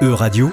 E-Radio,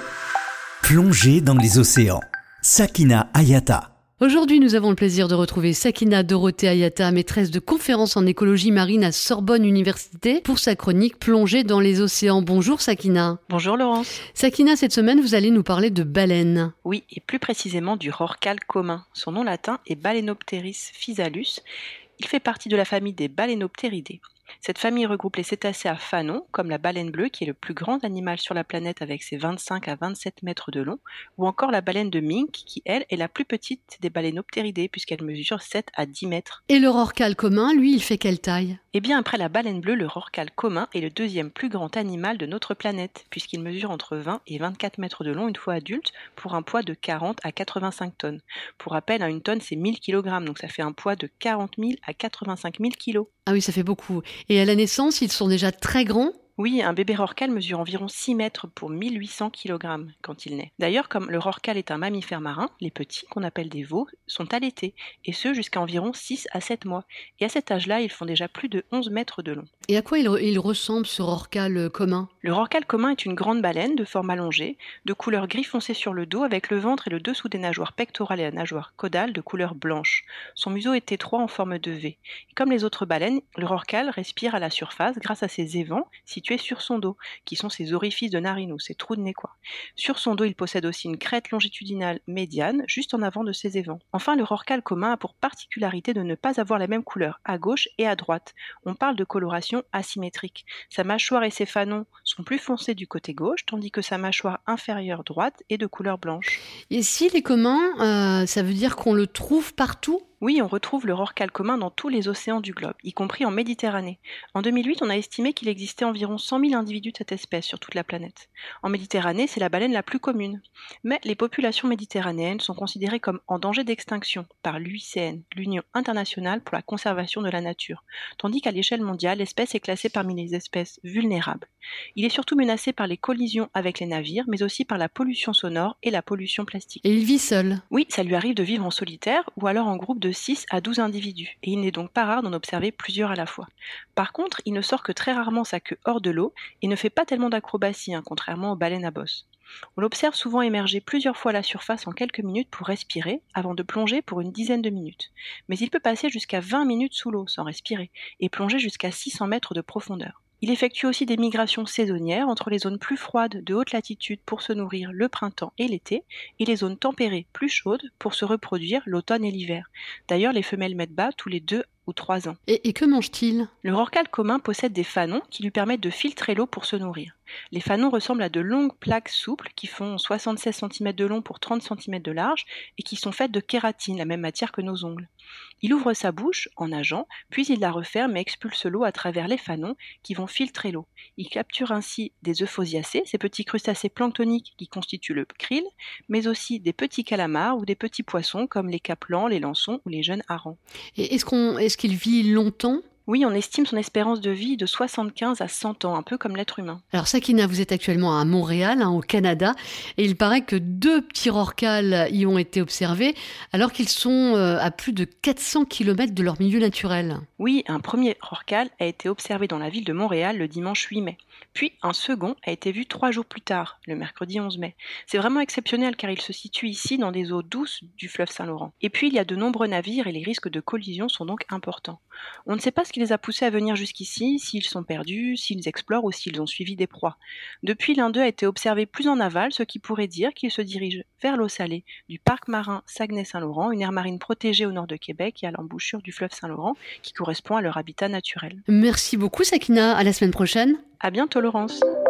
plongée dans les océans. Sakina Ayata. Aujourd'hui, nous avons le plaisir de retrouver Sakina Dorothée Ayata, maîtresse de conférences en écologie marine à Sorbonne Université, pour sa chronique Plongée dans les océans. Bonjour Sakina. Bonjour Laurence. Sakina, cette semaine, vous allez nous parler de baleines. Oui, et plus précisément du rorqual commun. Son nom latin est Balaenopteris physalus. Il fait partie de la famille des Balaenopteridae. Cette famille regroupe les cétacés à fanon, comme la baleine bleue qui est le plus grand animal sur la planète avec ses 25 à 27 mètres de long, ou encore la baleine de Mink qui, elle, est la plus petite des Balaenopteridae puisqu'elle mesure 7 à 10 mètres. Et le rorqual commun, lui, il fait quelle taille ? Eh bien, après la baleine bleue, le rorqual commun est le deuxième plus grand animal de notre planète, puisqu'il mesure entre 20 et 24 mètres de long une fois adulte, pour un poids de 40 à 85 tonnes. Pour rappel, une tonne, c'est 1000 kg, donc ça fait un poids de 40 000 à 85 000 kg. Ah oui, ça fait beaucoup. Et à la naissance, ils sont déjà très grands ? Oui, un bébé rorqual mesure environ 6 mètres pour 1800 kg quand il naît. D'ailleurs, comme le rorqual est un mammifère marin, les petits, qu'on appelle des veaux, sont allaités, et ce jusqu'à environ 6 à 7 mois. Et à cet âge-là, ils font déjà plus de 11 mètres de long. Et à quoi il ressemble ce rorqual commun ? Le rorqual commun est une grande baleine de forme allongée, de couleur gris foncé sur le dos, avec le ventre et le dessous des nageoires pectorales et la nageoire caudale de couleur blanche. Son museau est étroit en forme de V. Et comme les autres baleines, le rorqual respire à la surface grâce à ses évents situés sur son dos, qui sont ses orifices de narine ou ses trous de nez quoi. Sur son dos, il possède aussi une crête longitudinale médiane, juste en avant de ses évents. Enfin, le rorqual commun a pour particularité de ne pas avoir la même couleur à gauche et à droite. On parle de coloration asymétrique. Sa mâchoire et ses fanons sont plus foncés du côté gauche, tandis que sa mâchoire inférieure droite est de couleur blanche. Et s'il est commun, ça veut dire qu'on le trouve partout ? Oui, on retrouve le rorqual commun dans tous les océans du globe, y compris en Méditerranée. En 2008, on a estimé qu'il existait environ 100 000 individus de cette espèce sur toute la planète. En Méditerranée, c'est la baleine la plus commune. Mais les populations méditerranéennes sont considérées comme en danger d'extinction par l'UICN, l'Union internationale pour la conservation de la nature, tandis qu'à l'échelle mondiale, l'espèce est classée parmi les espèces vulnérables. Il est surtout menacé par les collisions avec les navires, mais aussi par la pollution sonore et la pollution plastique. Et il vit seul ? Oui, ça lui arrive de vivre en solitaire ou alors en groupe de 6 à 12 individus, et il n'est donc pas rare d'en observer plusieurs à la fois. Par contre, il ne sort que très rarement sa queue hors de l'eau et ne fait pas tellement d'acrobatie, contrairement aux baleines à bosse. On l'observe souvent émerger plusieurs fois à la surface en quelques minutes pour respirer, avant de plonger pour une dizaine de minutes. Mais il peut passer jusqu'à 20 minutes sous l'eau sans respirer, et plonger jusqu'à 600 mètres de profondeur. Il effectue aussi des migrations saisonnières entre les zones plus froides de haute latitude pour se nourrir le printemps et l'été, et les zones tempérées plus chaudes pour se reproduire l'automne et l'hiver. D'ailleurs, les femelles mettent bas tous les 2 ou 3 ans. Et que mange-t-il ? Le rorqual commun possède des fanons qui lui permettent de filtrer l'eau pour se nourrir. Les fanons ressemblent à de longues plaques souples qui font 76 cm de long pour 30 cm de large et qui sont faites de kératine, la même matière que nos ongles. Il ouvre sa bouche en nageant, puis il la referme et expulse l'eau à travers les fanons qui vont filtrer l'eau. Il capture ainsi des euphausiacées, ces petits crustacés planctoniques qui constituent le krill, mais aussi des petits calamars ou des petits poissons comme les capelans, les lançons ou les jeunes harengs. Et est-ce qu'il vit longtemps ? Oui, on estime son espérance de vie de 75 à 100 ans, un peu comme l'être humain. Alors Sakina, vous êtes actuellement à Montréal, au Canada, et il paraît que 2 petits rorquals y ont été observés, alors qu'ils sont à plus de 400 km de leur milieu naturel. Oui, un premier rorqual a été observé dans la ville de Montréal le dimanche 8 mai. Puis un second a été vu 3 jours plus tard, le mercredi 11 mai. C'est vraiment exceptionnel car il se situe ici dans des eaux douces du fleuve Saint-Laurent. Et puis il y a de nombreux navires et les risques de collision sont donc importants. On ne sait pas ce qui les a poussés à venir jusqu'ici, s'ils sont perdus, s'ils explorent ou s'ils ont suivi des proies. Depuis, l'un d'eux a été observé plus en aval, ce qui pourrait dire qu'il se dirige vers l'eau salée du parc marin Saguenay-Saint-Laurent, une aire marine protégée au nord de Québec et à l'embouchure du fleuve Saint-Laurent, qui correspond à leur habitat naturel. Merci beaucoup Sakina, à la semaine prochaine. À bientôt Laurence.